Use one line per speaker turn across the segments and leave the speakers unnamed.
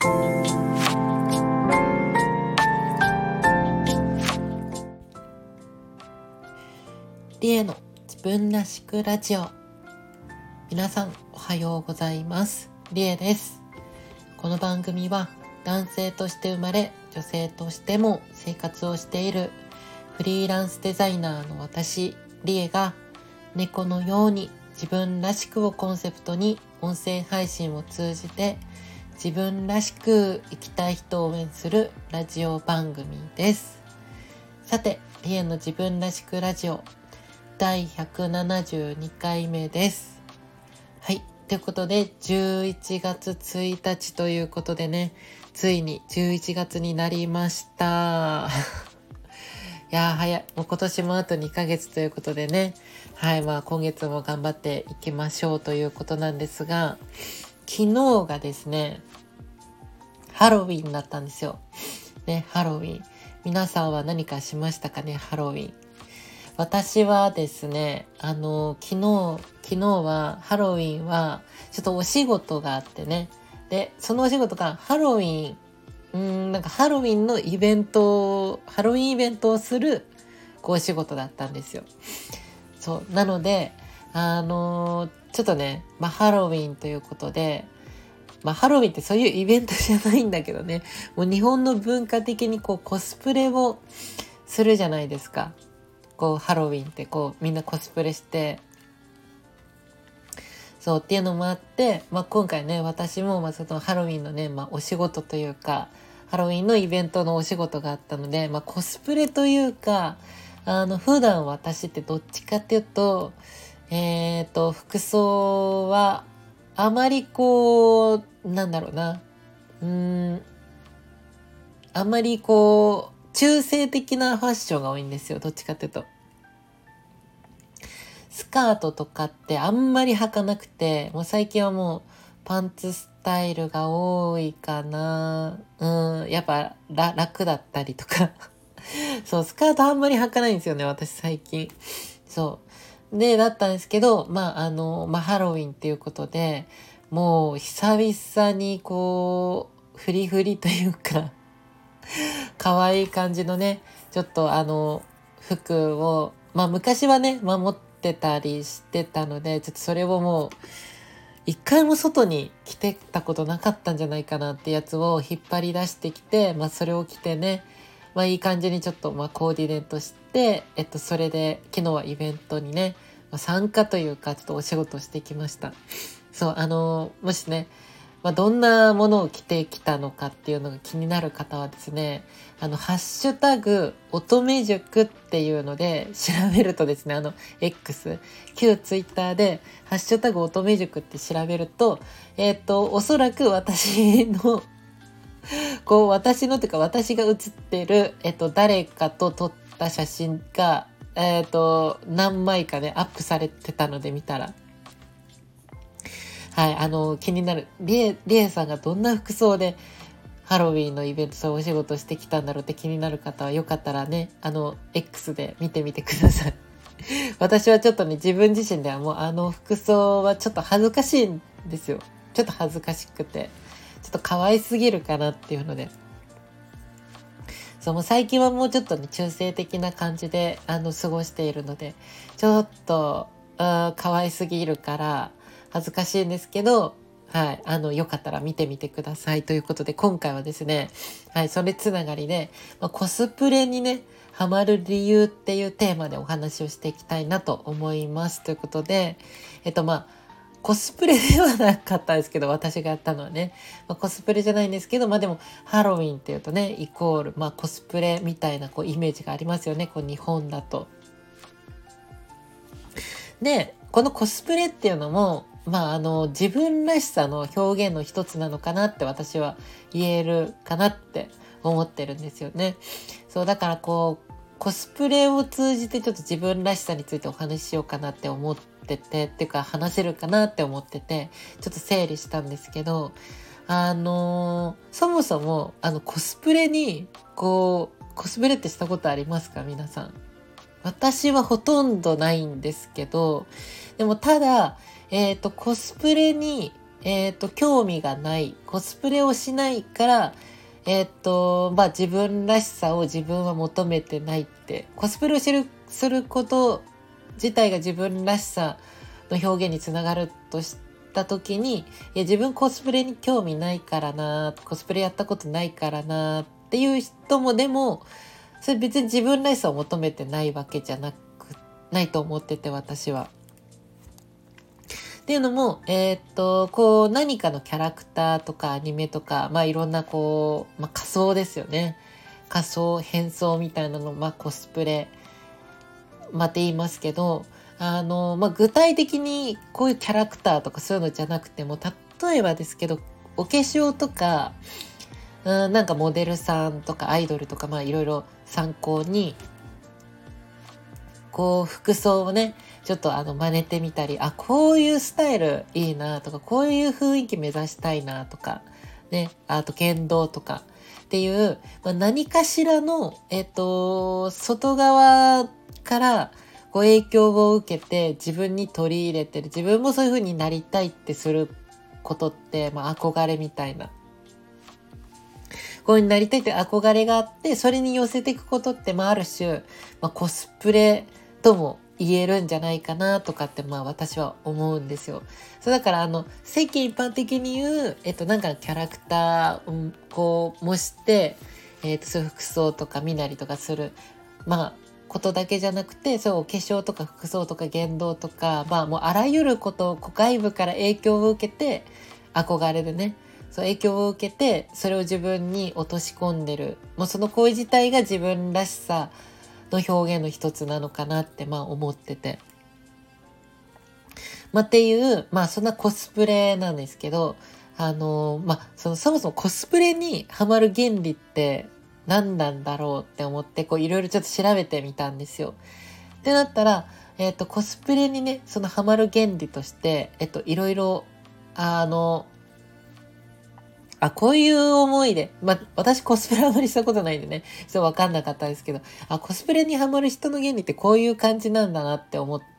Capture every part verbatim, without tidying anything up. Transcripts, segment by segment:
リエの自分らしくラジオ。皆さんおはようございます。リエです。この番組は男性として生まれ、女性としても生活をしているフリーランスデザイナーの私リエが、猫のように自分らしくをコンセプトに音声配信を通じて自分らしく生きたい人を応援するラジオ番組です。さて、リエの自分らしくラジオだいひゃくななじゅうにかいめです。はい、ということでじゅういちがつついたちということでね、ついにじゅういちがつになりましたいやー早い、もう今年もあとにかげつということでね、はい、まあ今月も頑張っていきましょうということなんですが、昨日がですねハロウィンだったんですよね。ハロウィン、皆さんは何かしましたかね。ハロウィン、私はですね、あの、昨日、昨日は、ハロウィンは、ちょっとお仕事があってね。で、そのお仕事がハロウィン、うーん、なんかハロウィンのイベント、ハロウィンイベントをする、こう、お仕事だったんですよ。そう。なので、あの、ちょっとね、まあ、ハロウィンということで、まあ、ハロウィンってそういうイベントじゃないんだけどね、もう日本の文化的にこう、コスプレをするじゃないですか。こうハロウィンってこうみんなコスプレしてそうっていうのもあって、まあ、今回ね私もまあそのハロウィンのね、まあ、お仕事というかハロウィンのイベントのお仕事があったので、まあ、コスプレというかあの普段私ってどっちかっていうとえっと服装はあまりこうなんだろうなうーんあまりこう中性的なファッションが多いんですよ。どっちかっていうとスカートとかってあんまり履かなくて、もう最近はもうパンツスタイルが多いかな。うん、やっぱら楽だったりとかそうスカートあんまり履かないんですよね、私最近。そうでだったんですけど、まああのまあハロウィンっていうことで、もう久々にこうフリフリというか可愛い感じのね、ちょっとあの服を、まあ昔はね守ってたりしてたので、ちょっとそれをもう一回も外に着てたことなかったんじゃないかなってやつを引っ張り出してきて、まあそれを着てね、まあいい感じにちょっとまあコーディネートして、えっとそれで昨日はイベントにね、まあ、参加というかちょっとお仕事してきました。そうあのもしね、まあ、どんなものを着てきたのかっていうのが気になる方はですね、あの、ハッシュタグ、乙女塾っていうので調べるとですね、あの、X、旧ツイッターで、ハッシュタグ乙女塾って調べると、えっと、おそらく私の、こう、私のというか私が写ってる、えっと、誰かと撮った写真が、えっと、何枚かね、アップされてたので見たら、はい、あの、気になる。リエ、リエさんがどんな服装でハロウィンのイベント、そうお仕事してきたんだろうって気になる方はよかったらね、あの、X で見てみてください。私はちょっとね、自分自身ではもうあの服装はちょっと恥ずかしいんですよ。ちょっと恥ずかしくて。ちょっと可愛すぎるかなっていうので。そう、もう最近はもうちょっとね、中性的な感じで、あの、過ごしているので、ちょっと、あ可愛すぎるから、恥ずかしいんですけど、はい、あの、よかったら見てみてくださいということで、今回はですね、はい、それつながりで、まあ、コスプレにね、ハマる理由っていうテーマでお話をしていきたいなと思います。ということで、えっとまあ、コスプレではなかったですけど、私がやったのはね、まあ、コスプレじゃないんですけど、まあでも、ハロウィンっていうとね、イコール、まあコスプレみたいなこうイメージがありますよね、こう日本だと。で、このコスプレっていうのも、まああの自分らしさの表現の一つなのかなって私は言えるかなって思ってるんですよね。そうだからこうコスプレを通じてちょっと自分らしさについてお話ししようかなって思ってて、っていうか話せるかなって思ってて、ちょっと整理したんですけど、あのー、そもそもあのコスプレにこうコスプレってしたことありますか皆さん。私はほとんどないんですけど、でもただ、えっと、コスプレにえっと、興味がない、コスプレをしないから、えっと、まあ、自分らしさを自分は求めてないって、コスプレをする、すること自体が自分らしさの表現につながるとしたときに、いや、自分コスプレに興味ないからな、コスプレやったことないからな、っていう人もでも、それ別に自分らしさを求めてないわけじゃなく、ないと思ってて、私は。っていうのも、えーっと、こう、何かのキャラクターとかアニメとか、まあいろんなこう、まあ仮装ですよね。仮装、変装みたいなの、まあコスプレ、まあって言いますけど、あの、まあ具体的にこういうキャラクターとかそういうのじゃなくても、例えばですけど、お化粧とか、うん、なんかモデルさんとかアイドルとか、まあいろいろ参考に、こう服装をね、ちょっとあの真似てみたり、あ、こういうスタイルいいなとか、こういう雰囲気目指したいなとか、ね、あと言動とかっていう、まあ、何かしらの、えっと、外側からご影響を受けて自分に取り入れてる、自分もそういう風になりたいってすることって、まあ憧れみたいな。こういうになりたいって憧れがあって、それに寄せていくことって、まあある種、まあコスプレとも言えるんじゃないかなとかって、まあ私は思うんですよ。そうだからあの、世間一般的に言う、えっとなんかのキャラクターをこう模して、えっとそういう服装とか見なりとかする、まあことだけじゃなくて、そうお化粧とか服装とか言動とか、まあもうあらゆることを外部から影響を受けて、憧れでね、そう影響を受けて、それを自分に落とし込んでる。もうその行為自体が自分らしさの表現の一つなのかなってまあ思ってて。まあっていう、まあそんなコスプレなんですけど、あの、まあそのそもそもコスプレにハマる原理って何なんだろうって思って、こういろいろちょっと調べてみたんですよ。ってなったら、えっと、コスプレにね、そのハマる原理として、えっと、いろいろ、あの、あ、こういう思いで、まあ、私コスプレあまりしたことないんでね、ちょっとわかんなかったですけど、あ、コスプレにハマる人の原理ってこういう感じなんだなって思って、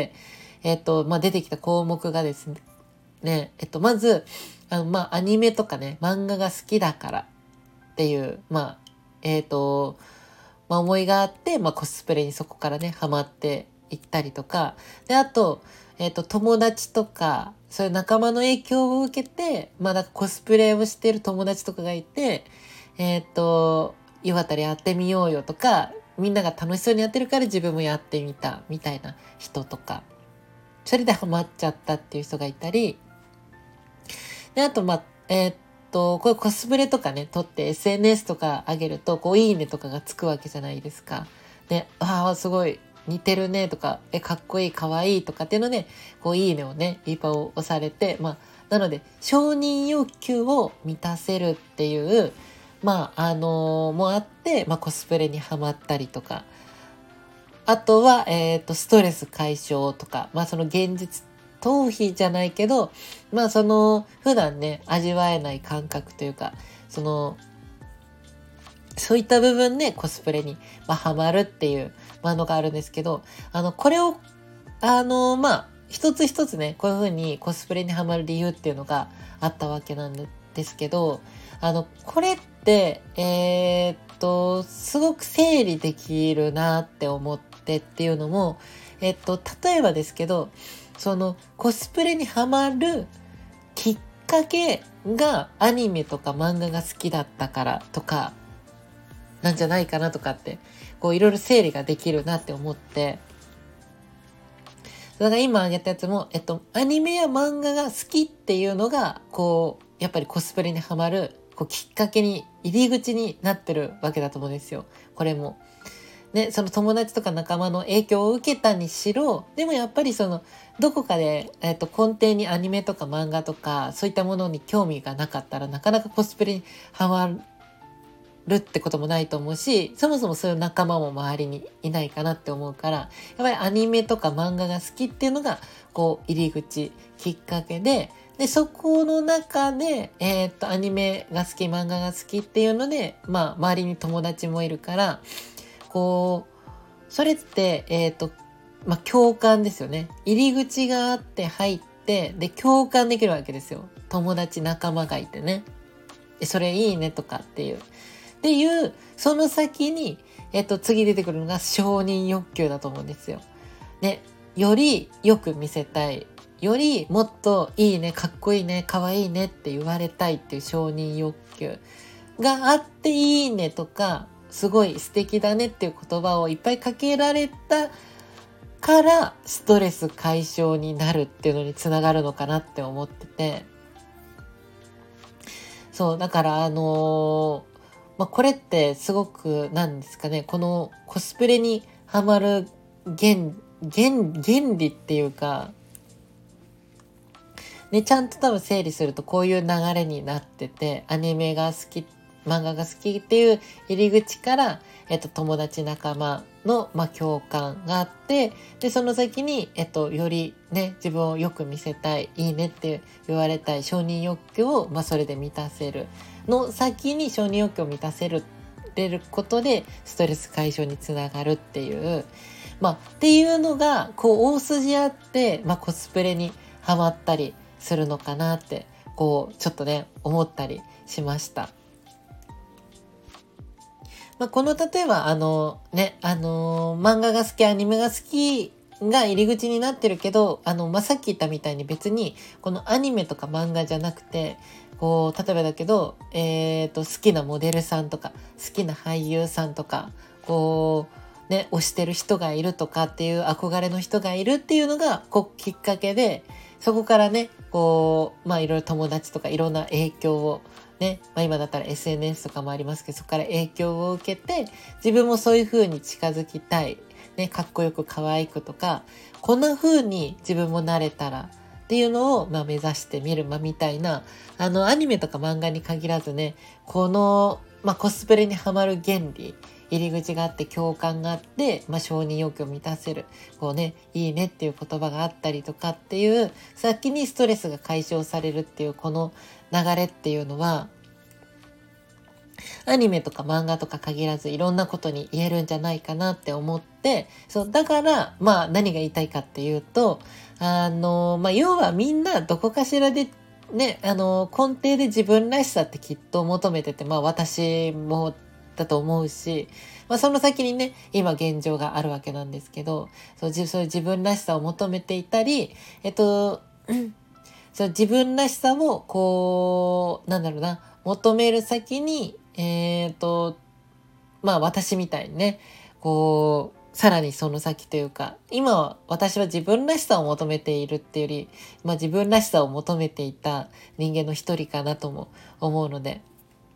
えっと、まあ、出てきた項目がですね、ね、えっと、まず、あの、まあ、アニメとかね、漫画が好きだからっていう、まあ、えっと、まあ、思いがあって、まあ、コスプレにそこからね、ハマっていったりとか、で、あと、えっと、友達とか、そういう仲間の影響を受けて、まあ、なんかコスプレをしている友達とかがいて、えっと、よかったらやってみようよとか、みんなが楽しそうにやってるから自分もやってみた、みたいな人とか、それでハマっちゃったっていう人がいたり、で、あと、まあ、えーっと、これコスプレとかね、撮って エスエヌエス とか上げると、こう、いいねとかがつくわけじゃないですか。で、ああ、すごい、似てるねとか、え、かっこいい、かわいいとかっていうので、こう、いいねをね、いっぱい押されて、まあ、なので、承認欲求を満たせるっていう、まあ、あのーもあって、まあ、コスプレにハマったりとか、あとは、えっと、ストレス解消とか、まあその現実逃避じゃないけど、まあその普段ね、味わえない感覚というか、その、そういった部分でコスプレに、まあ、ハマるっていうのがあるんですけど、あの、これを、あの、まあ、一つ一つね、こういうふうにコスプレにハマる理由っていうのがあったわけなんですけど、あの、これって、えーっと、すごく整理できるなって思ってっていうのも、えっと、例えばですけど、そのコスプレにハマるきっかけがアニメとか漫画が好きだったからとか、なんじゃないかなとかって、こういろいろ整理ができるなって思って、だから今挙げたやつも、えっと、アニメや漫画が好きっていうのが、こう、やっぱりコスプレにハマる、こう、きっかけに、入り口になってるわけだと思うんですよ。これも。ね、その友達とか仲間の影響を受けたにしろ、でもやっぱりその、どこかで、えっと、根底にアニメとか漫画とか、そういったものに興味がなかったらなかなかコスプレにハマるってこともないと思うし、そもそもそういう仲間も周りにいないかなって思うから、やっぱりアニメとか漫画が好きっていうのが、こう、入り口、きっかけで、で、そこの中で、えーっと、アニメが好き、漫画が好きっていうので、まあ、周りに友達もいるから、こう、それって、えーっと、まあ、共感ですよね。入り口があって入って、で共感できるわけですよ。友達仲間がいてね、それいいねとかっていうっていうその先に、えっと、次出てくるのが承認欲求だと思うんですよ。ね、よりよく見せたい、よりもっといいね、かっこいいね、かわいいねって言われたいっていう承認欲求があって、いいねとかすごい素敵だねっていう言葉をいっぱいかけられたからストレス解消になるっていうのにつながるのかなって思ってて、そうだからあのーまあ、これってすごくなんですかね、このコスプレにハマる原原原理っていうかね、ちゃんと多分整理するとこういう流れになってて、アニメが好き、漫画が好きっていう入り口から、えっと、友達仲間の、まあ、共感があって、で、その先に、えっと、よりね、自分をよく見せたい、いいねって言われたい承認欲求を、まあ、それで満たせる。の先に承認欲求を満たせる、れることで、ストレス解消につながるっていう、まあ、っていうのが、こう、大筋あって、まあ、コスプレにハマったり、するのかなってこうちょっとね思ったりしました。まあ、この例えばあのねあのー、漫画が好きアニメが好きが入り口になってるけど、あの、まあ、さっき言ったみたいに別にこのアニメとか漫画じゃなくて、こう例えばだけど、えーと、好きなモデルさんとか好きな俳優さんとかこうね推してる人がいるとかっていう憧れの人がいるっていうのがこうきっかけで、そこからねこうまあいろいろ友達とかいろんな影響をね、まあ、今だったら エスエヌエス とかもありますけど、そこから影響を受けて自分もそういう風に近づきたい、ね、かっこよく可愛くとかこんな風に自分もなれたらっていうのを、まあ、目指してみる、まあ、みたいなあのアニメとか漫画に限らずね、この、まあ、コスプレにハマる原理、入り口があって共感があって、まあ、承認欲求を満たせる、こうね、いいねっていう言葉があったりとかっていう先にストレスが解消されるっていうこの流れっていうのはアニメとか漫画とか限らずいろんなことに言えるんじゃないかなって思って、そうだからまあ何が言いたいかっていうと、あのまあ要はみんなどこかしらでね、あの根底で自分らしさってきっと求めてて、まあ私もだと思うし、まあ、その先にね今現状があるわけなんですけど、そうそういう自分らしさを求めていたり、えっとそう自分らしさをこうなんだろうな求める先にえっとまあ私みたいにねこうさらにその先というか、今は私は自分らしさを求めているっていうより、まあ、自分らしさを求めていた人間の一人かなとも思うので、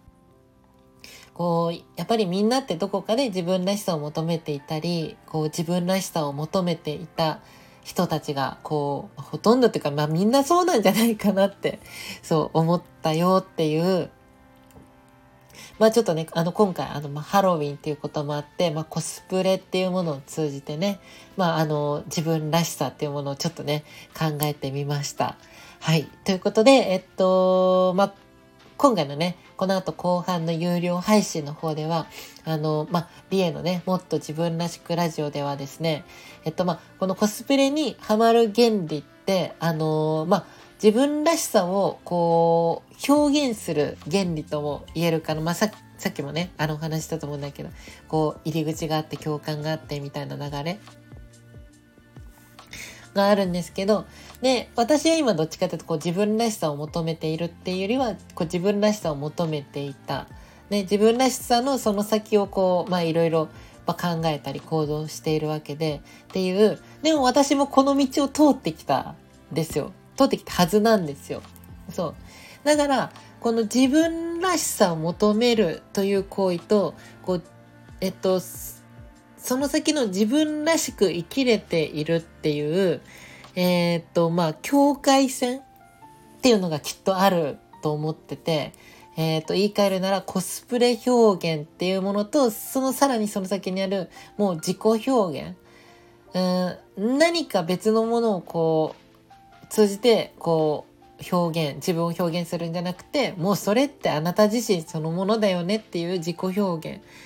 こうやっぱりみんなってどこかで自分らしさを求めていたり、こう自分らしさを求めていた人たちがこうほとんどっていうか、まあみんなそうなんじゃないかなってそう思ったよっていう、まあちょっとねあの今回あの、まあ、ハロウィンっていうこともあって、まあ、コスプレっていうものを通じてね、まああの自分らしさっていうものをちょっとね考えてみました。はい、ということでえっとまあ今回のねこの後後半の有料配信の方ではあのまあリエのねもっと自分らしくラジオではですね、えっとまあこのコスプレにハマる原理ってあのまあ自分らしさをこう表現する原理とも言えるかな、まあ、さ, さっきもねあのお話したと思うんだけど、こう入り口があって共感があってみたいな流れがあるんですけど、で私は今どっちかというとこう自分らしさを求めているっていうよりはこう自分らしさを求めていた、ね、自分らしさのその先をこうまあいろいろ考えたり行動しているわけでっていう、でも私もこの道を通ってきたんですよ、通ってきたはずなんですよ。そうだからこの自分らしさを求めるという行為とこうえっとその先の自分らしく生きれているっていう、えー、っと、まあ、境界線っていうのがきっとあると思ってて、えー、っと、言い換えるならコスプレ表現っていうものと、そのさらにその先にあるもう自己表現、うん、何か別のものをこう、通じて、こう、表現、自分を表現するんじゃなくて、もうそれってあなた自身そのものだよねっていう自己表現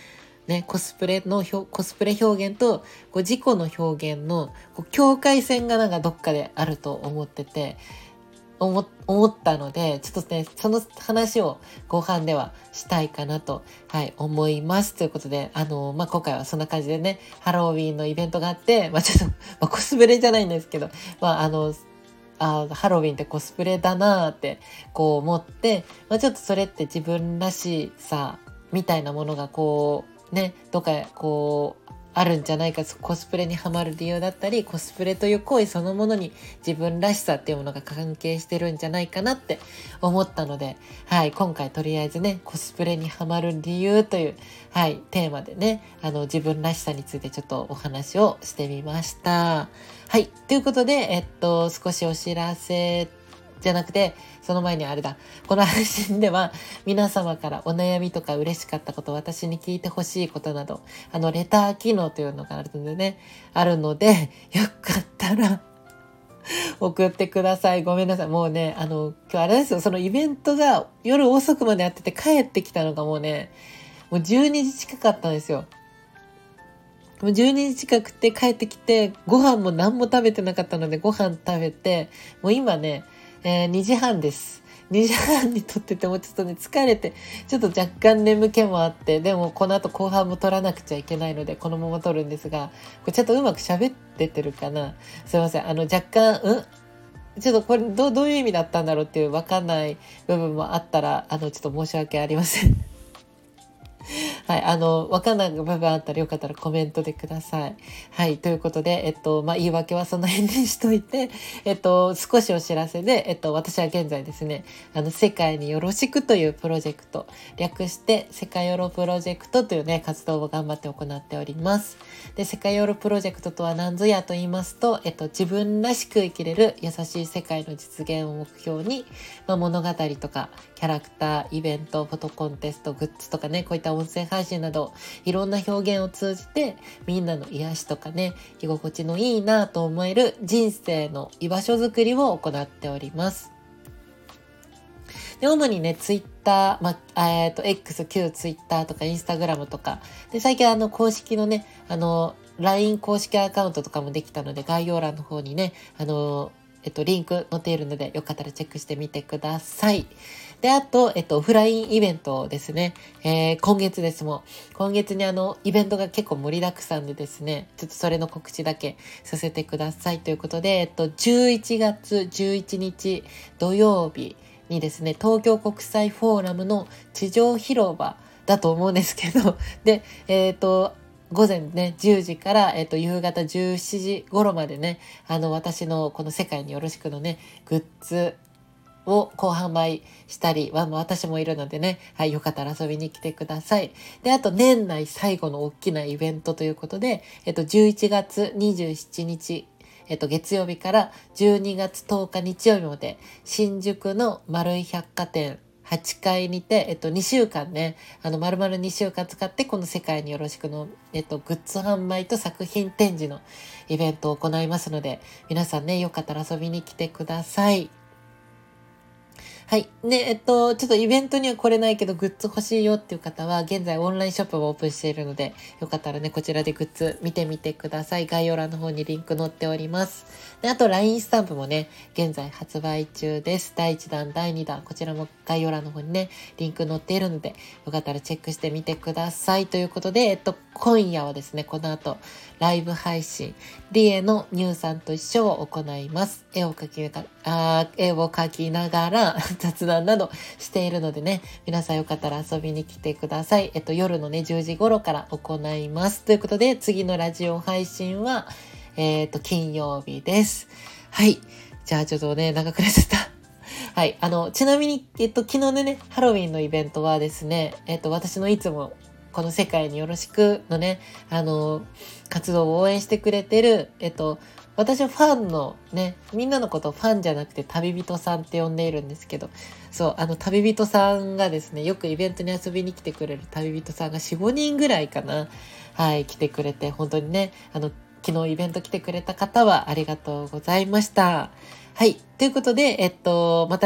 ね、コスプレの表、コスプレ表現と、こう自己の表現の、こう境界線がなんかどっかであると思ってて、思、思ったので、ちょっとね、その話を後半ではしたいかなと、はい、思います。ということで、あの、まあ、今回はそんな感じでね、ハロウィーンのイベントがあって、まあ、ちょっと、まあ、コスプレじゃないんですけど、まあ、あの、あハロウィンってコスプレだなーってこう思って、まあ、ちょっとそれって自分らしさみたいなものがこうね、どっかこうあるんじゃないか、コスプレにハマる理由だったり、コスプレという行為そのものに自分らしさっていうものが関係してるんじゃないかなって思ったので、はい、今回とりあえずね、コスプレにハマる理由という、はい、テーマでね、あの自分らしさについてちょっとお話をしてみました。はい、ということで、えっと、少しお知らせじゃなくて、その前にあれだ。この配信では皆様からお悩みとか嬉しかったこと、私に聞いてほしいことなど、あの、レター機能というのがあるのでね、あるので、よかったら送ってください。ごめんなさい。もうね、あの、今日あれですよ、そのイベントが夜遅くまでやってて帰ってきたのがもうね、もうじゅうにじ近かったんですよ。もうじゅうにじ近くて帰ってきて、ご飯も何も食べてなかったのでご飯食べて、もう今ね、えー、にじはんです。にじはんに撮っててもちょっとね疲れて、ちょっと若干眠気もあって、でもこの後後半も撮らなくちゃいけないのでこのまま撮るんですが、これちょっとうまく喋っててるかな、すいません。あの若干、うんちょっとこれどう、どういう意味だったんだろうっていうわかんない部分もあったら、あのちょっと申し訳ありません。はい、あの、わかんない部分あったらよかったらコメントでください。はい、ということで、えっと、まあ、言い訳はその辺にしといて、えっと、少しお知らせで、えっと、私は現在ですね、あの、世界によろしくというプロジェクト、略して、世界よろプロジェクトというね、活動を頑張って行っております。で、世界よろプロジェクトとは何ぞやと言いますと、えっと、自分らしく生きれる優しい世界の実現を目標に、まあ、物語とか、キャラクター、イベント、フォトコンテスト、グッズとかね、こういった音声配信などいろんな表現を通じてみんなの癒しとかね、居心地のいいなと思える人生の居場所づくりを行っております。で、主にね、ツイッター、まあ、えっと、X、旧ツイッターとかインスタグラムとか、で、最近あの、公式のね、あの、ライン 公式アカウントとかもできたので、概要欄の方にね、あの、えっと、リンク載っているので、よかったらチェックしてみてください。で、あと、えっと、オフラインイベントですね。えー、今月ですもん。今月にあの、イベントが結構盛りだくさんでですね、ちょっとそれの告知だけさせてくださいということで、えっと、じゅういちがつじゅういちにち土曜日にですね、東京国際フォーラムの地上広場だと思うんですけど、で、えっと、午前ね、じゅうじから、えっと、夕方じゅうしちじ頃までね、あの、私のこの世界によろしくのね、グッズをこう販売したり、まあ、私もいるのでね、はい、よかったら遊びに来てください。で、あと年内最後の大きなイベントということで、えっと、じゅういちがつにじゅうしちにち、えっと、月曜日からじゅうにがつとおか日曜日まで、新宿の丸井百貨店、はちかいにて、えっと、にしゅうかんね、あの、丸々にしゅうかん使って、この世界によろしくの、えっと、グッズ販売と作品展示のイベントを行いますので、皆さんね、よかったら遊びに来てください。はい。ね、えっと、ちょっとイベントには来れないけど、グッズ欲しいよっていう方は、現在オンラインショップをオープンしているので、よかったらね、こちらでグッズ見てみてください。概要欄の方にリンク載っております。で、あと ライン スタンプもね、現在発売中です。だいいちだん、だいにだん、こちらも概要欄の方にね、リンク載っているので、よかったらチェックしてみてください。ということで、えっと、今夜はですね、この後、ライブ配信、リエのニューさんと一緒を行います。絵を描きながら、あ絵を描きながら雑談などしているのでね、皆さんよかったら遊びに来てください。えっと、夜のね、じゅうじ頃から行います。ということで、次のラジオ配信は、えっと、金曜日です。はい。じゃあちょっとね、長くなっちゃった。はい。あの、ちなみに、えっと、昨日のね、ハロウィンのイベントはですね、えっと、私のいつも、この世界によろしくのね、あの、活動を応援してくれてる、えっと、私はファンのね、みんなのことをファンじゃなくて旅人さんって呼んでいるんですけど、そう、あの旅人さんがですね、よくイベントに遊びに来てくれる旅人さんがよん、ごにんぐらいかな、はい、来てくれて、本当にね、あの、昨日イベント来てくれた方はありがとうございました。はい。ということで、えっと、またね、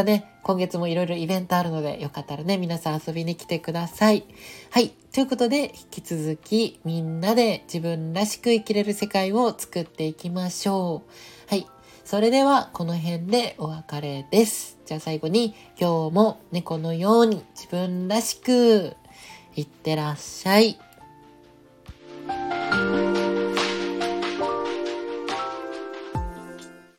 今月もいろいろイベントあるので、よかったらね、皆さん遊びに来てください。はい。ということで、引き続きみんなで自分らしく生きれる世界を作っていきましょう。はい。それでは、この辺でお別れです。じゃあ最後に、今日も猫のように自分らしく、いってらっしゃい。